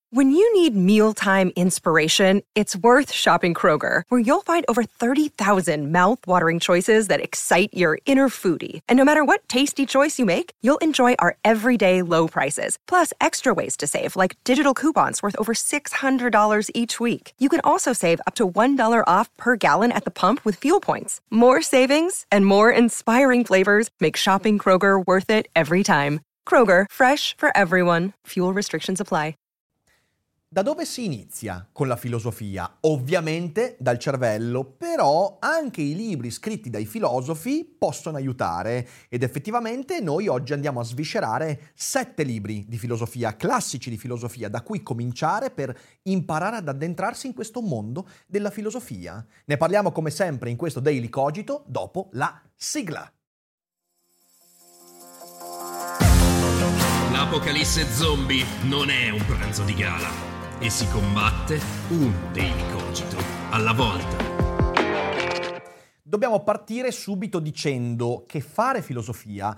When you need mealtime inspiration, it's worth shopping Kroger, where you'll find over 30,000 mouth-watering choices that excite your inner foodie. And no matter what tasty choice you make, you'll enjoy our everyday low prices, plus extra ways to save, like digital coupons worth over $600 each week. You can also save up to $1 off per gallon at the pump with fuel points. More savings and more inspiring flavors make shopping Kroger worth it every time. Kroger, fresh for everyone. Fuel restrictions apply. Da dove si inizia con la filosofia? Ovviamente dal cervello, però anche i libri scritti dai filosofi possono aiutare ed effettivamente noi oggi andiamo a sviscerare 7 libri di filosofia, classici di filosofia, da cui cominciare per imparare ad addentrarsi in questo mondo della filosofia. Ne parliamo come sempre in questo Daily Cogito dopo la sigla. L'apocalisse zombie non è un pranzo di gala e si combatte un Daily Cogito alla volta. Dobbiamo partire subito dicendo che fare filosofia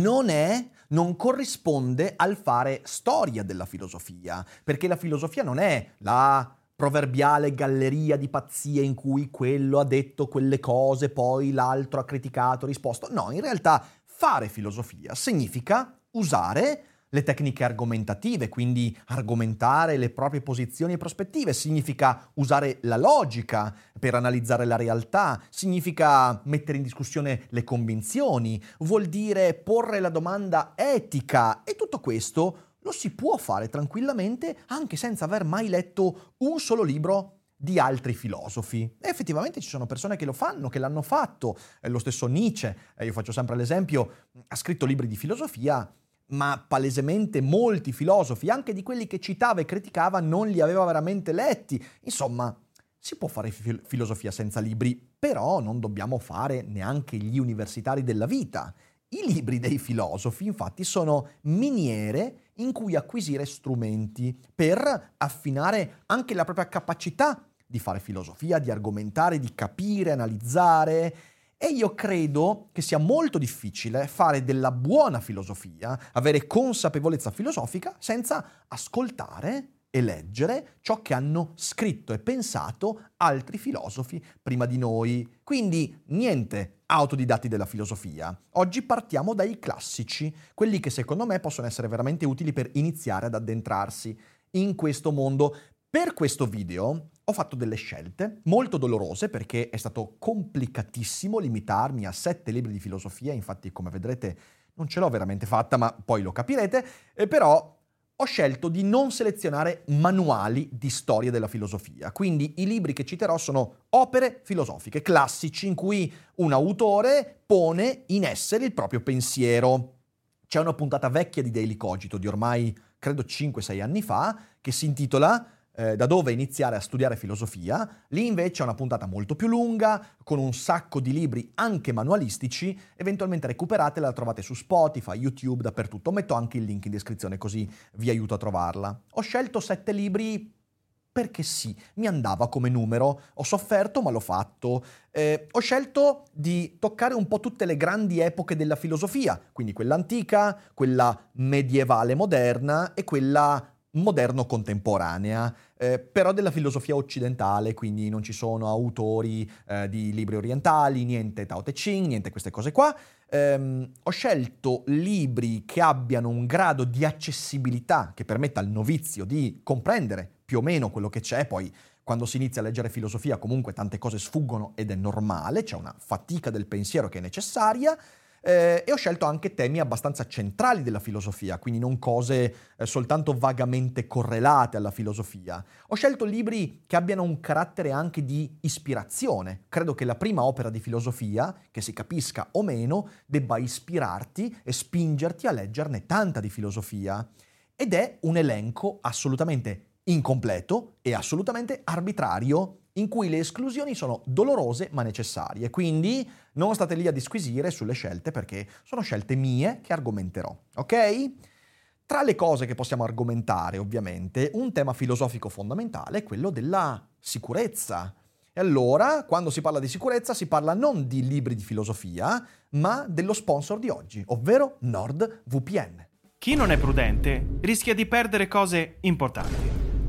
non corrisponde al fare storia della filosofia, perché la filosofia non è la proverbiale galleria di pazzie in cui quello ha detto quelle cose, poi l'altro ha criticato, risposto. No, in realtà fare filosofia significa usare le tecniche argomentative, quindi argomentare le proprie posizioni e prospettive, significa usare la logica per analizzare la realtà, significa mettere in discussione le convinzioni, vuol dire porre la domanda etica e tutto questo lo si può fare tranquillamente anche senza aver mai letto un solo libro di altri filosofi. E effettivamente ci sono persone che lo fanno, che l'hanno fatto. Lo stesso Nietzsche, io faccio sempre l'esempio, ha scritto libri di filosofia, ma palesemente molti filosofi, anche di quelli che citava e criticava, non li aveva veramente letti. Insomma, si può fare filosofia senza libri, però non dobbiamo fare neanche gli universitari della vita. I libri dei filosofi, infatti, sono miniere in cui acquisire strumenti per affinare anche la propria capacità di fare filosofia, di argomentare, di capire, analizzare. E io credo che sia molto difficile fare della buona filosofia, avere consapevolezza filosofica, senza ascoltare e leggere ciò che hanno scritto e pensato altri filosofi prima di noi. Quindi niente autodidatti della filosofia. Oggi partiamo dai classici, quelli che secondo me possono essere veramente utili per iniziare ad addentrarsi in questo mondo. Per questo video ho fatto delle scelte molto dolorose perché è stato complicatissimo limitarmi a 7 libri di filosofia, infatti come vedrete non ce l'ho veramente fatta, ma poi lo capirete, però ho scelto di non selezionare manuali di storia della filosofia, quindi i libri che citerò sono opere filosofiche, classici in cui un autore pone in essere il proprio pensiero. C'è una puntata vecchia di Daily Cogito di ormai credo 5-6 anni fa che si intitola da dove iniziare a studiare filosofia. Lì invece è una puntata molto più lunga, con un sacco di libri anche manualistici, eventualmente recuperatela, la trovate su Spotify, YouTube, dappertutto. Metto anche il link in descrizione così vi aiuto a trovarla. Ho scelto 7 libri perché sì, mi andava come numero, ho sofferto ma l'ho fatto. Ho scelto di toccare un po' tutte le grandi epoche della filosofia, quindi quella antica, quella medievale moderna e quella moderno-contemporanea, però della filosofia occidentale, quindi non ci sono autori di libri orientali, niente Tao Te Ching, niente queste cose qua. Ho scelto libri che abbiano un grado di accessibilità che permetta al novizio di comprendere più o meno quello che c'è, poi quando si inizia a leggere filosofia comunque tante cose sfuggono ed è normale, c'è una fatica del pensiero che è necessaria. E ho scelto anche temi abbastanza centrali della filosofia, quindi non cose soltanto vagamente correlate alla filosofia. Ho scelto libri che abbiano un carattere anche di ispirazione. Credo che la prima opera di filosofia, che si capisca o meno, debba ispirarti e spingerti a leggerne tanta di filosofia. Ed è un elenco assolutamente incompleto e assolutamente arbitrario, in cui le esclusioni sono dolorose ma necessarie, quindi non state lì a disquisire sulle scelte perché sono scelte mie che argomenterò, ok? Tra le cose che possiamo argomentare, ovviamente, un tema filosofico fondamentale è quello della sicurezza. E allora, quando si parla di sicurezza, si parla non di libri di filosofia, ma dello sponsor di oggi, ovvero NordVPN. Chi non è prudente rischia di perdere cose importanti.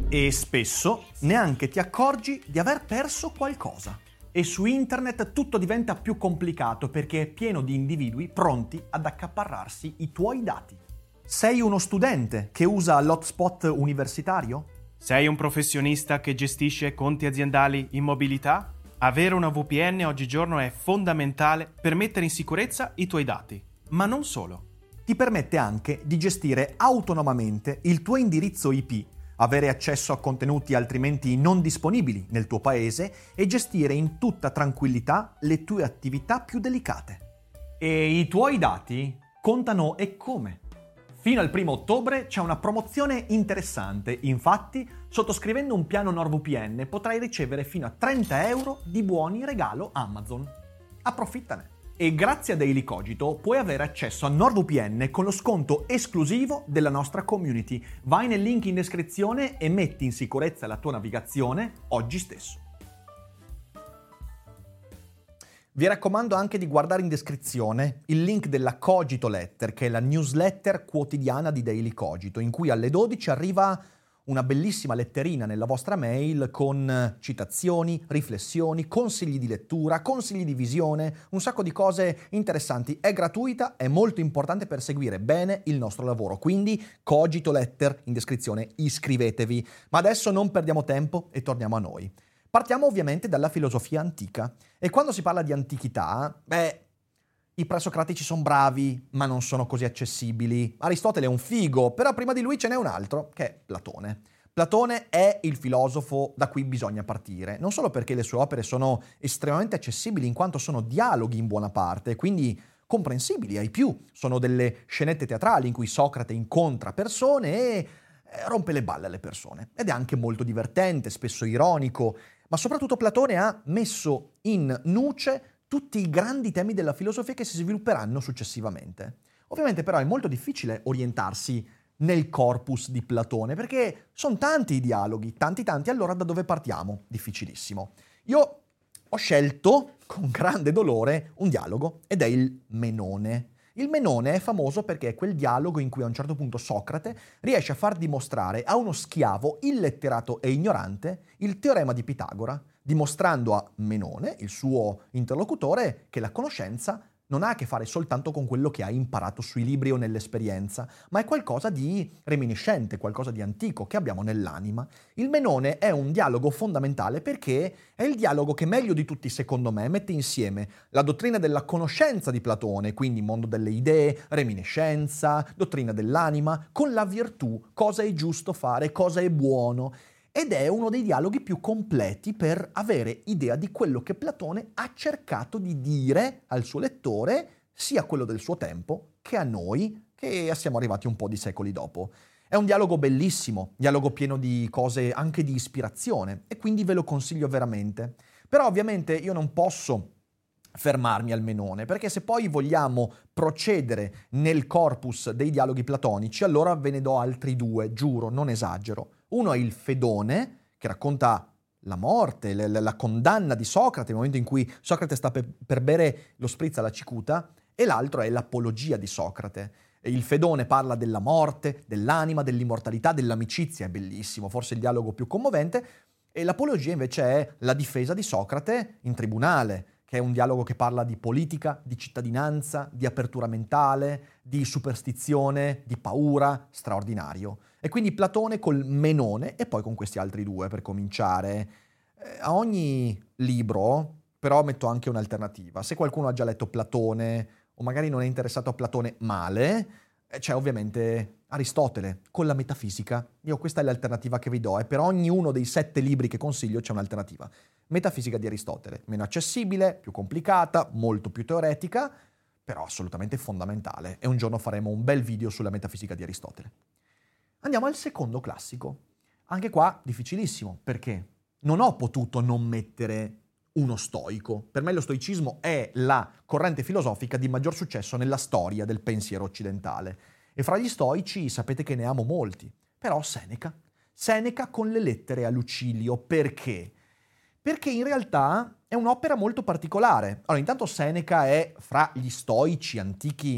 E spesso neanche ti accorgi di aver perso qualcosa. E su internet tutto diventa più complicato perché è pieno di individui pronti ad accaparrarsi i tuoi dati. Sei uno studente che usa l'hotspot universitario? Sei un professionista che gestisce conti aziendali in mobilità? Avere una VPN oggigiorno è fondamentale per mettere in sicurezza i tuoi dati. Ma non solo. Ti permette anche di gestire autonomamente il tuo indirizzo IP, avere accesso a contenuti altrimenti non disponibili nel tuo paese e gestire in tutta tranquillità le tue attività più delicate. E i tuoi dati contano e come? Fino al 1° ottobre c'è una promozione interessante, infatti sottoscrivendo un piano NordVPN potrai ricevere fino a 30 euro di buoni regalo Amazon. Approfittane! E grazie a Daily Cogito puoi avere accesso a NordVPN con lo sconto esclusivo della nostra community. Vai nel link in descrizione e metti in sicurezza la tua navigazione oggi stesso. Vi raccomando anche di guardare in descrizione il link della Cogito Letter, che è la newsletter quotidiana di Daily Cogito, in cui alle 12 arriva una bellissima letterina nella vostra mail con citazioni, riflessioni, consigli di lettura, consigli di visione, un sacco di cose interessanti. È gratuita, è molto importante per seguire bene il nostro lavoro. Quindi Cogito Letter in descrizione, iscrivetevi. Ma adesso non perdiamo tempo e torniamo a noi. Partiamo ovviamente dalla filosofia antica. E quando si parla di antichità, i presocratici sono bravi, ma non sono così accessibili. Aristotele è un figo, però prima di lui ce n'è un altro, che è Platone. Platone è il filosofo da cui bisogna partire, non solo perché le sue opere sono estremamente accessibili in quanto sono dialoghi in buona parte, quindi comprensibili ai più. Sono delle scenette teatrali in cui Socrate incontra persone e rompe le balle alle persone. Ed è anche molto divertente, spesso ironico, ma soprattutto Platone ha messo in nuce tutti i grandi temi della filosofia che si svilupperanno successivamente. Ovviamente però è molto difficile orientarsi nel corpus di Platone, perché sono tanti i dialoghi, tanti, allora da dove partiamo? Difficilissimo. Io ho scelto, con grande dolore, un dialogo, ed è il Menone. Il Menone è famoso perché è quel dialogo in cui a un certo punto Socrate riesce a far dimostrare a uno schiavo illetterato e ignorante il teorema di Pitagora, dimostrando a Menone, il suo interlocutore, che la conoscenza non ha a che fare soltanto con quello che hai imparato sui libri o nell'esperienza, ma è qualcosa di reminiscente, qualcosa di antico che abbiamo nell'anima. Il Menone è un dialogo fondamentale perché è il dialogo che meglio di tutti, secondo me, mette insieme la dottrina della conoscenza di Platone, quindi mondo delle idee, reminiscenza, dottrina dell'anima, con la virtù, cosa è giusto fare, cosa è buono. Ed è uno dei dialoghi più completi per avere idea di quello che Platone ha cercato di dire al suo lettore, sia quello del suo tempo, che a noi, che siamo arrivati un po' di secoli dopo. È un dialogo bellissimo, dialogo pieno di cose anche di ispirazione, e quindi ve lo consiglio veramente. Però ovviamente io non posso fermarmi al Menone, perché se poi vogliamo procedere nel corpus dei dialoghi platonici, allora ve ne do altri due, giuro, non esagero. Uno è il Fedone, che racconta la morte, la condanna di Socrate, il momento in cui Socrate sta per bere lo spritz alla cicuta, e l'altro è l'Apologia di Socrate. E il Fedone parla della morte, dell'anima, dell'immortalità, dell'amicizia, è bellissimo, forse il dialogo più commovente, e l'Apologia invece è la difesa di Socrate in tribunale, che è un dialogo che parla di politica, di cittadinanza, di apertura mentale, di superstizione, di paura, straordinario. E quindi Platone col Menone e poi con questi altri due per cominciare. A ogni libro però metto anche un'alternativa. Se qualcuno ha già letto Platone o magari non è interessato a Platone male, c'è ovviamente Aristotele con la metafisica. Io questa è l'alternativa che vi do e per ognuno dei 7 libri che consiglio c'è un'alternativa. Metafisica di Aristotele, meno accessibile, più complicata, molto più teoretica, però assolutamente fondamentale. E un giorno faremo un bel video sulla metafisica di Aristotele. Andiamo al secondo classico. Anche qua difficilissimo, perché non ho potuto non mettere uno stoico. Per me lo stoicismo è la corrente filosofica di maggior successo nella storia del pensiero occidentale. E fra gli stoici sapete che ne amo molti. Però Seneca. Seneca con le lettere a Lucilio. Perché? Perché in realtà è un'opera molto particolare. Allora, intanto Seneca è fra gli stoici antichi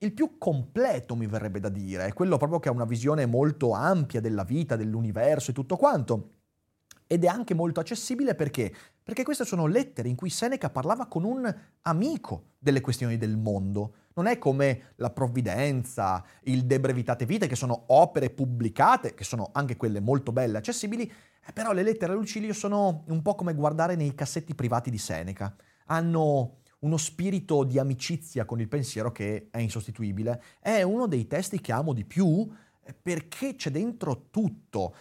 il più completo, mi verrebbe da dire, è quello proprio che ha una visione molto ampia della vita, dell'universo e tutto quanto. Ed è anche molto accessibile perché? Perché queste sono lettere in cui Seneca parlava con un amico delle questioni del mondo. Non è come la Provvidenza, il De Brevitate Vitae, che sono opere pubblicate, che sono anche quelle molto belle e accessibili, però le lettere a Lucilio sono un po' come guardare nei cassetti privati di Seneca. Hanno uno spirito di amicizia con il pensiero che è insostituibile. È uno dei testi che amo di più perché c'è dentro tutto.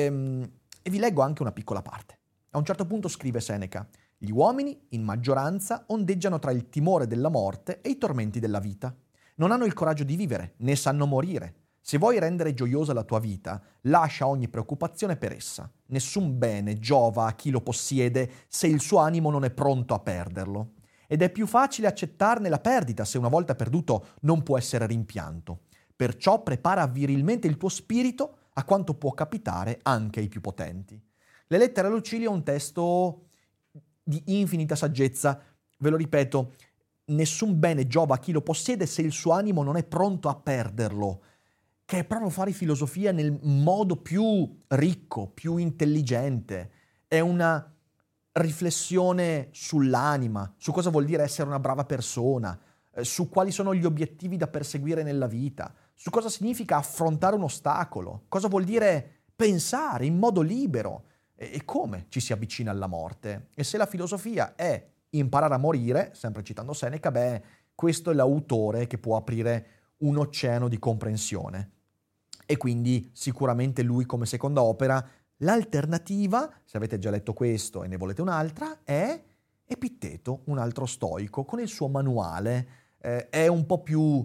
E vi leggo anche una piccola parte. A un certo punto scrive Seneca: gli uomini, in maggioranza, ondeggiano tra il timore della morte e i tormenti della vita. Non hanno il coraggio di vivere, né sanno morire. Se vuoi rendere gioiosa la tua vita, lascia ogni preoccupazione per essa. Nessun bene giova a chi lo possiede se il suo animo non è pronto a perderlo. Ed è più facile accettarne la perdita se una volta perduto non può essere rimpianto. Perciò prepara virilmente il tuo spirito a quanto può capitare anche ai più potenti. Le lettere a Lucilio è un testo di infinita saggezza. Ve lo ripeto, nessun bene giova a chi lo possiede se il suo animo non è pronto a perderlo, che è proprio fare filosofia nel modo più ricco, più intelligente. È una riflessione sull'anima, su cosa vuol dire essere una brava persona, su quali sono gli obiettivi da perseguire nella vita, su cosa significa affrontare un ostacolo, cosa vuol dire pensare in modo libero e come ci si avvicina alla morte. E se la filosofia è imparare a morire, sempre citando Seneca, questo è l'autore che può aprire un oceano di comprensione. E quindi sicuramente lui come seconda opera. L'alternativa, se avete già letto questo e ne volete un'altra, è Epitteto, un altro stoico, con il suo manuale. È un po' più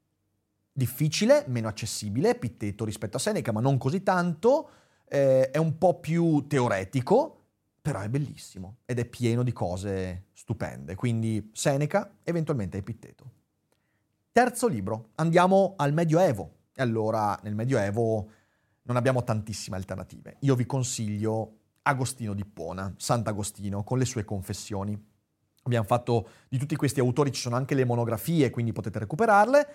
difficile, meno accessibile, Epitteto rispetto a Seneca, ma non così tanto. È un po' più teoretico, però è bellissimo ed è pieno di cose stupende. Quindi Seneca, eventualmente Epitteto. Terzo libro, andiamo al Medioevo. E allora, nel Medioevo non abbiamo tantissime alternative. Io vi consiglio Agostino d'Ippona, Sant'Agostino, con le sue confessioni. Abbiamo fatto di tutti questi autori, ci sono anche le monografie, quindi potete recuperarle.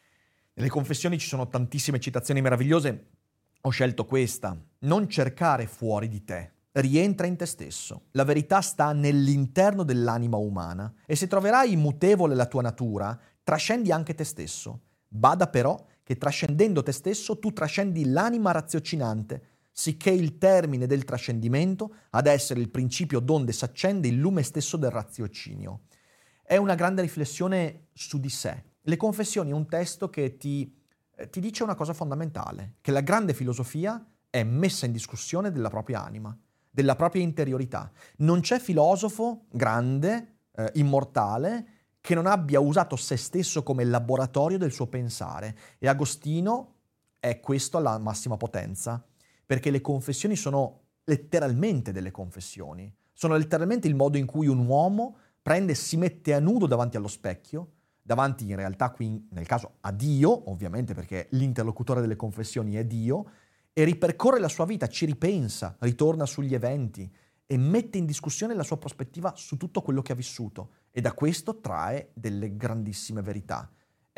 Nelle confessioni ci sono tantissime citazioni meravigliose. Ho scelto questa. Non cercare fuori di te. Rientra in te stesso. La verità sta nell'interno dell'anima umana e se troverai immutevole la tua natura, trascendi anche te stesso. Bada però che trascendendo te stesso tu trascendi l'anima raziocinante, sicché il termine del trascendimento ha da essere il principio donde s'accende il lume stesso del raziocinio. È una grande riflessione su di sé. Le confessioni è un testo che ti dice una cosa fondamentale, che la grande filosofia è messa in discussione della propria anima, della propria interiorità. Non c'è filosofo grande, immortale, che non abbia usato se stesso come laboratorio del suo pensare. E Agostino è questo alla massima potenza, perché le confessioni sono letteralmente delle confessioni. Sono letteralmente il modo in cui un uomo prende e si mette a nudo davanti allo specchio, davanti in realtà qui nel caso a Dio, ovviamente perché l'interlocutore delle confessioni è Dio, e ripercorre la sua vita, ci ripensa, ritorna sugli eventi e mette in discussione la sua prospettiva su tutto quello che ha vissuto e da questo trae delle grandissime verità.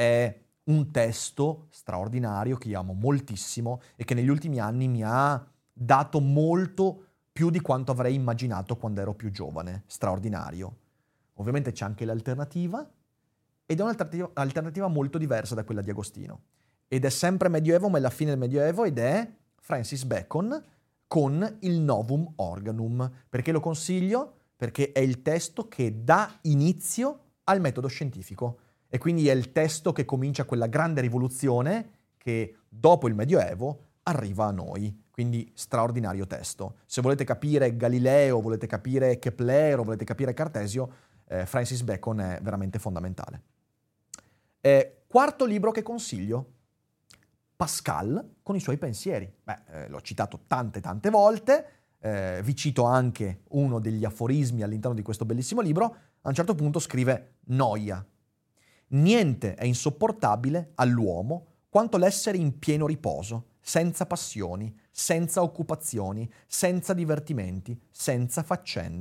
È un testo straordinario che io amo moltissimo e che negli ultimi anni mi ha dato molto più di quanto avrei immaginato quando ero più giovane. Straordinario. Ovviamente c'è anche l'alternativa ed è un'alternativa molto diversa da quella di Agostino. Ed è sempre Medioevo, ma è la fine del Medioevo ed è Francis Bacon con il Novum Organum. Perché lo consiglio? Perché è il testo che dà inizio al metodo scientifico e quindi è il testo che comincia quella grande rivoluzione che dopo il Medioevo arriva a noi. Quindi straordinario testo. Se volete capire Galileo, volete capire Keplero, volete capire Cartesio, Francis Bacon è veramente fondamentale. Quarto libro che consiglio, Pascal con i suoi pensieri. L'ho citato tante volte, vi cito anche uno degli aforismi all'interno di questo bellissimo libro. A un certo punto scrive noia. Niente è insopportabile all'uomo quanto l'essere in pieno riposo, senza passioni, senza occupazioni, senza divertimenti, senza faccende.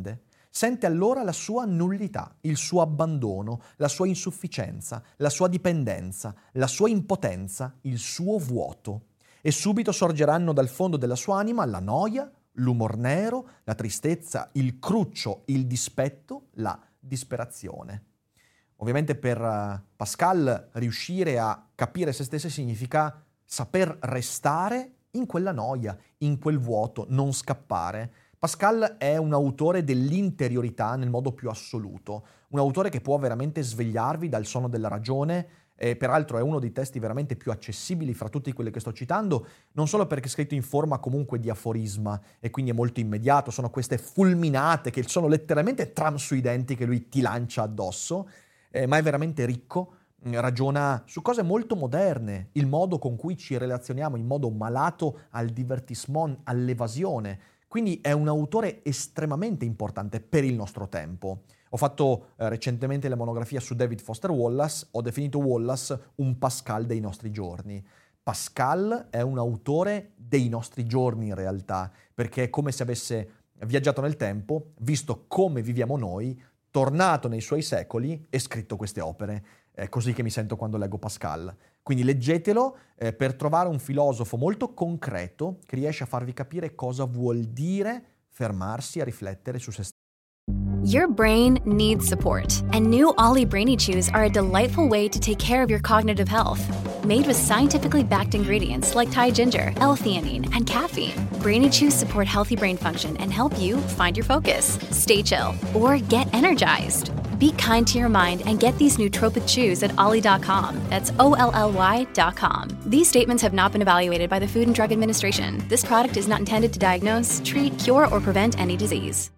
Sente allora la sua nullità, il suo abbandono, la sua insufficienza, la sua dipendenza, la sua impotenza, il suo vuoto. E subito sorgeranno dal fondo della sua anima la noia, l'umor nero, la tristezza, il cruccio, il dispetto, la disperazione. Ovviamente per Pascal riuscire a capire se stessi significa saper restare in quella noia, in quel vuoto, non scappare. Pascal è un autore dell'interiorità nel modo più assoluto, un autore che può veramente svegliarvi dal sonno della ragione, e peraltro è uno dei testi veramente più accessibili fra tutti quelli che sto citando, non solo perché è scritto in forma comunque di aforisma e quindi è molto immediato, sono queste fulminate che sono letteralmente tram sui denti che lui ti lancia addosso, ma è veramente ricco, ragiona su cose molto moderne, il modo con cui ci relazioniamo in modo malato al divertissement, all'evasione. Quindi è un autore estremamente importante per il nostro tempo. Ho fatto recentemente la monografia su David Foster Wallace, ho definito Wallace un Pascal dei nostri giorni. Pascal è un autore dei nostri giorni in realtà, perché è come se avesse viaggiato nel tempo, visto come viviamo noi, tornato nei suoi secoli e scritto queste opere. È così che mi sento quando leggo Pascal. Quindi leggetelo per trovare un filosofo molto concreto che riesce a farvi capire cosa vuol dire fermarsi a riflettere su se stessi. Your brain needs support, and new Ollie Brainy Chews are a delightful way to take care of your cognitive health. Made with scientifically backed ingredients like Thai ginger, L-theanine, and caffeine, Brainy Chews support healthy brain function and help you find your focus, stay chill, or get energized. Be kind to your mind and get these nootropic chews at ollie.com. That's OLLY.com. These statements have not been evaluated by the Food and Drug Administration. This product is not intended to diagnose, treat, cure, or prevent any disease.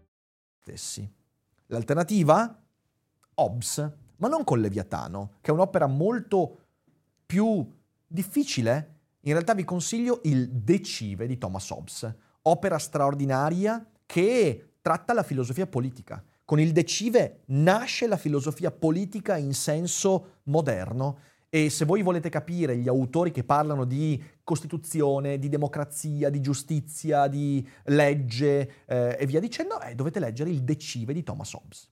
L'alternativa? Hobbes, ma non con Leviatano, che è un'opera molto più difficile. In realtà vi consiglio il De Cive di Thomas Hobbes, opera straordinaria che tratta la filosofia politica. Con il De Cive nasce la filosofia politica in senso moderno, e se voi volete capire gli autori che parlano di Costituzione, di democrazia, di giustizia, di legge e via dicendo, dovete leggere il De Cive di Thomas Hobbes.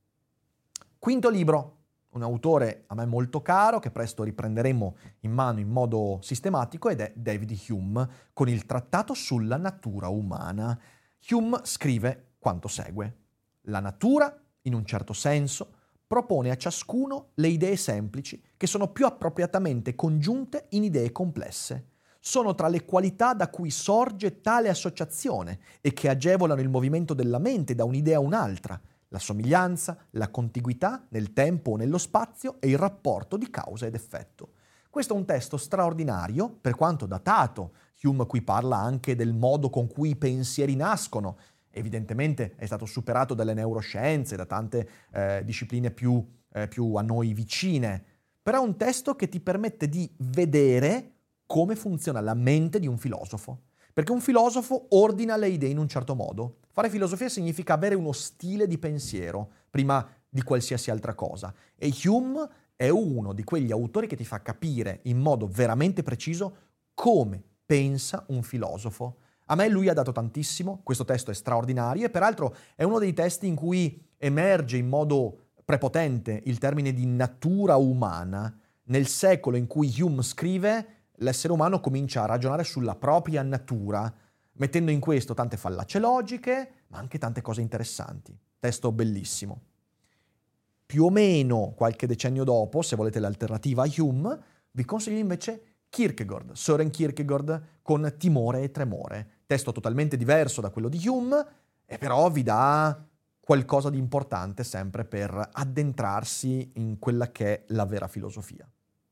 Quinto libro, un autore a me molto caro che presto riprenderemo in mano in modo sistematico, ed è David Hume con il Trattato sulla natura umana. Hume scrive quanto segue: la natura, in un certo senso, propone a ciascuno le idee semplici che sono più appropriatamente congiunte in idee complesse. Sono tra le qualità da cui sorge tale associazione e che agevolano il movimento della mente da un'idea a un'altra, la somiglianza, la contiguità nel tempo o nello spazio e il rapporto di causa ed effetto. Questo è un testo straordinario, per quanto datato. Hume qui parla anche del modo con cui i pensieri nascono. Evidentemente è stato superato dalle neuroscienze, da tante discipline più a noi vicine, però è un testo che ti permette di vedere come funziona la mente di un filosofo, perché un filosofo ordina le idee in un certo modo. Fare filosofia significa avere uno stile di pensiero prima di qualsiasi altra cosa, e Hume è uno di quegli autori che ti fa capire in modo veramente preciso come pensa un filosofo. A me lui ha dato tantissimo, questo testo è straordinario e peraltro è uno dei testi in cui emerge in modo prepotente il termine di natura umana. Nel secolo in cui Hume scrive, l'essere umano comincia a ragionare sulla propria natura, mettendo in questo tante fallacie logiche, ma anche tante cose interessanti. Testo bellissimo. Più o meno qualche decennio dopo, se volete l'alternativa a Hume, vi consiglio invece Kierkegaard, Søren Kierkegaard con Timore e Tremore. Testo totalmente diverso da quello di Hume, e però vi dà qualcosa di importante sempre per addentrarsi in quella che è la vera filosofia.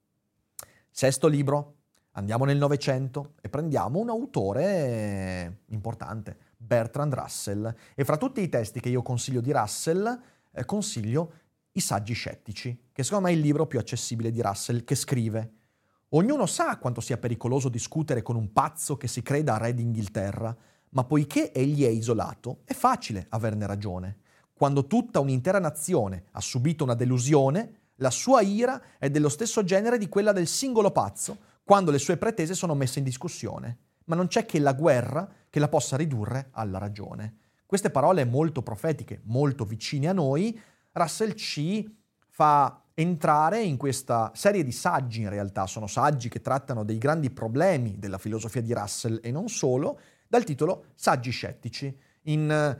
Sesto libro, andiamo nel Novecento e prendiamo un autore importante, Bertrand Russell. E fra tutti i testi che io consiglio di Russell, consiglio I Saggi Scettici, che secondo me è il libro più accessibile di Russell, che scrive: ognuno sa quanto sia pericoloso discutere con un pazzo che si creda re d'Inghilterra, ma poiché egli è isolato, è facile averne ragione. Quando tutta un'intera nazione ha subito una delusione, la sua ira è dello stesso genere di quella del singolo pazzo, quando le sue pretese sono messe in discussione. Ma non c'è che la guerra che la possa ridurre alla ragione. queste parole molto profetiche, molto vicine a noi, Russell ci fa entrare in questa serie di saggi. In realtà sono saggi che trattano dei grandi problemi della filosofia di Russell e non solo, dal titolo Saggi scettici. In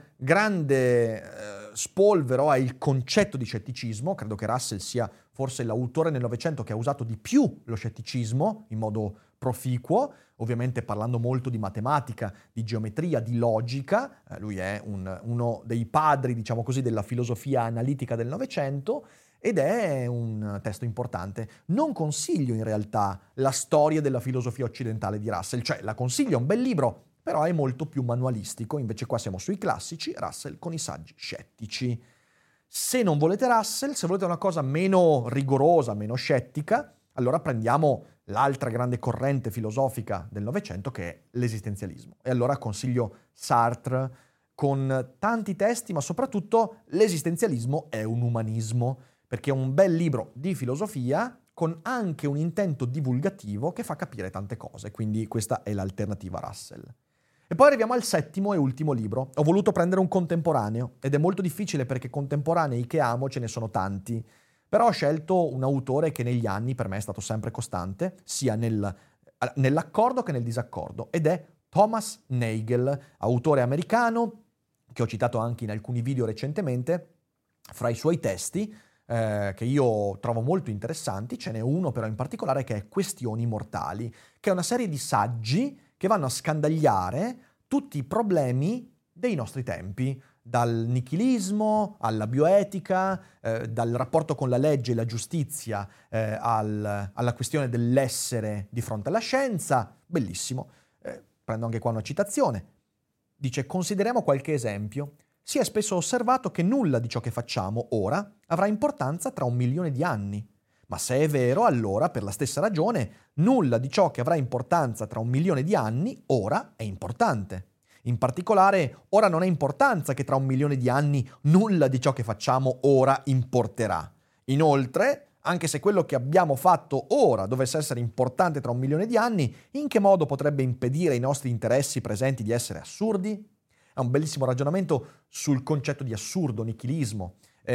grande spolvero è il concetto di scetticismo. Credo che Russell sia forse l'autore nel Novecento che ha usato di più lo scetticismo in modo proficuo, ovviamente parlando molto di matematica, di geometria, di logica. Lui è uno dei padri, diciamo così, della filosofia analitica del Novecento, ed è un testo importante. Non consiglio in realtà la storia della filosofia occidentale di Russell, cioè la consiglio, è un bel libro, però è molto più manualistico. Invece qua siamo sui classici, Russell con i saggi scettici. Se non volete Russell, se volete una cosa meno rigorosa, meno scettica, allora prendiamo l'altra grande corrente filosofica del Novecento, che è l'esistenzialismo. E allora consiglio Sartre, con tanti testi, ma soprattutto l'esistenzialismo è un umanismo, perché è un bel libro di filosofia con anche un intento divulgativo che fa capire tante cose, quindi questa è l'alternativa a Russell. E poi arriviamo al settimo e ultimo libro. Ho voluto prendere un contemporaneo, ed è molto difficile perché contemporanei che amo ce ne sono tanti, però ho scelto un autore che negli anni per me è stato sempre costante, sia nell'accordo che nel disaccordo, ed è Thomas Nagel, autore americano, che ho citato anche in alcuni video recentemente. Fra i suoi testi, che io trovo molto interessanti, ce n'è uno però in particolare che è Questioni mortali, che è una serie di saggi che vanno a scandagliare tutti i problemi dei nostri tempi, dal nichilismo alla bioetica, dal rapporto con la legge e la giustizia alla questione dell'essere di fronte alla scienza. Bellissimo. Prendo anche qua una citazione. Dice: consideriamo qualche esempio. Si è spesso osservato che nulla di ciò che facciamo ora avrà importanza tra 1 milione di anni. Ma se è vero, allora, per la stessa ragione, nulla di ciò che avrà importanza tra 1 milione di anni ora è importante. In particolare, ora non è importanza che tra 1 milione di anni nulla di ciò che facciamo ora importerà. Inoltre, anche se quello che abbiamo fatto ora dovesse essere importante tra 1 milione di anni, in che modo potrebbe impedire ai nostri interessi presenti di essere assurdi? È un bellissimo ragionamento sul concetto di assurdo, nichilismo.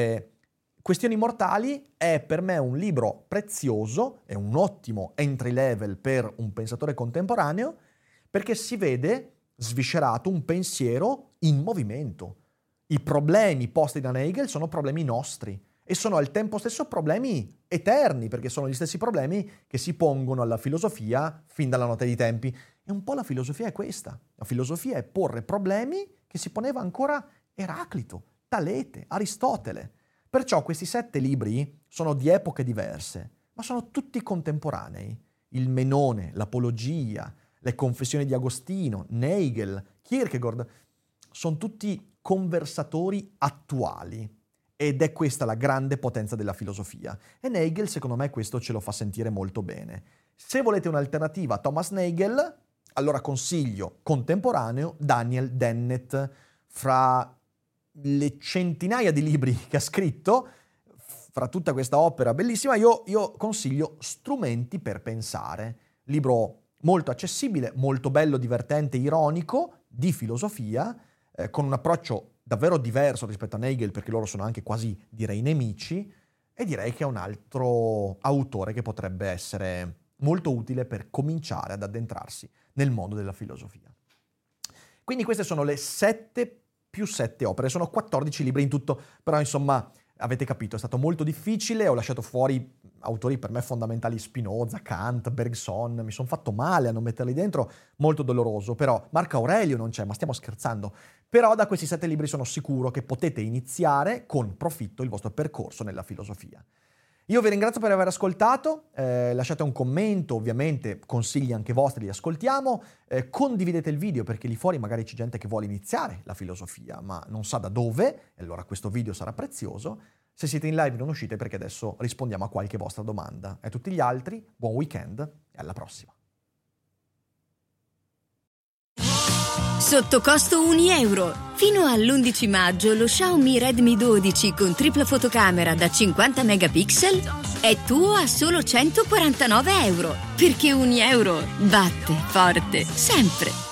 Questioni mortali è per me un libro prezioso, è un ottimo entry level per un pensatore contemporaneo, perché si vede sviscerato un pensiero in movimento. I problemi posti da Nagel sono problemi nostri e sono al tempo stesso problemi eterni, perché sono gli stessi problemi che si pongono alla filosofia fin dalla notte dei tempi. E un po' la filosofia è questa. La filosofia è porre problemi che si poneva ancora Eraclito, Talete, Aristotele. Perciò questi 7 libri sono di epoche diverse, ma sono tutti contemporanei. Il Menone, l'Apologia, le Confessioni di Agostino, Nagel, Kierkegaard, sono tutti conversatori attuali. Ed è questa la grande potenza della filosofia. E Nagel, secondo me, questo ce lo fa sentire molto bene. Se volete un'alternativa a Thomas Nagel, allora consiglio contemporaneo Daniel Dennett. Fra le centinaia di libri che ha scritto, fra tutta questa opera bellissima, io consiglio Strumenti per pensare. Libro molto accessibile, molto bello, divertente, ironico, di filosofia, con un approccio davvero diverso rispetto a Nagel, perché loro sono anche quasi, direi, nemici, e direi che è un altro autore che potrebbe essere molto utile per cominciare ad addentrarsi nel mondo della filosofia. Quindi queste sono le 7 più 7 opere, sono 14 libri in tutto, però insomma avete capito, è stato molto difficile, ho lasciato fuori autori per me fondamentali, Spinoza, Kant, Bergson, mi sono fatto male a non metterli dentro, molto doloroso, però Marco Aurelio non c'è, ma stiamo scherzando. Però da questi 7 libri sono sicuro che potete iniziare con profitto il vostro percorso nella filosofia. Io vi ringrazio per aver ascoltato, lasciate un commento, ovviamente consigli anche vostri li ascoltiamo, condividete il video perché lì fuori magari c'è gente che vuole iniziare la filosofia ma non sa da dove, e allora questo video sarà prezioso. Se siete in live non uscite perché adesso rispondiamo a qualche vostra domanda. E a tutti gli altri, buon weekend e alla prossima. Sotto costo €1. Fino all'11 maggio lo Xiaomi Redmi 12 con tripla fotocamera da 50 megapixel è tuo a solo €149. Perché €1 batte forte sempre.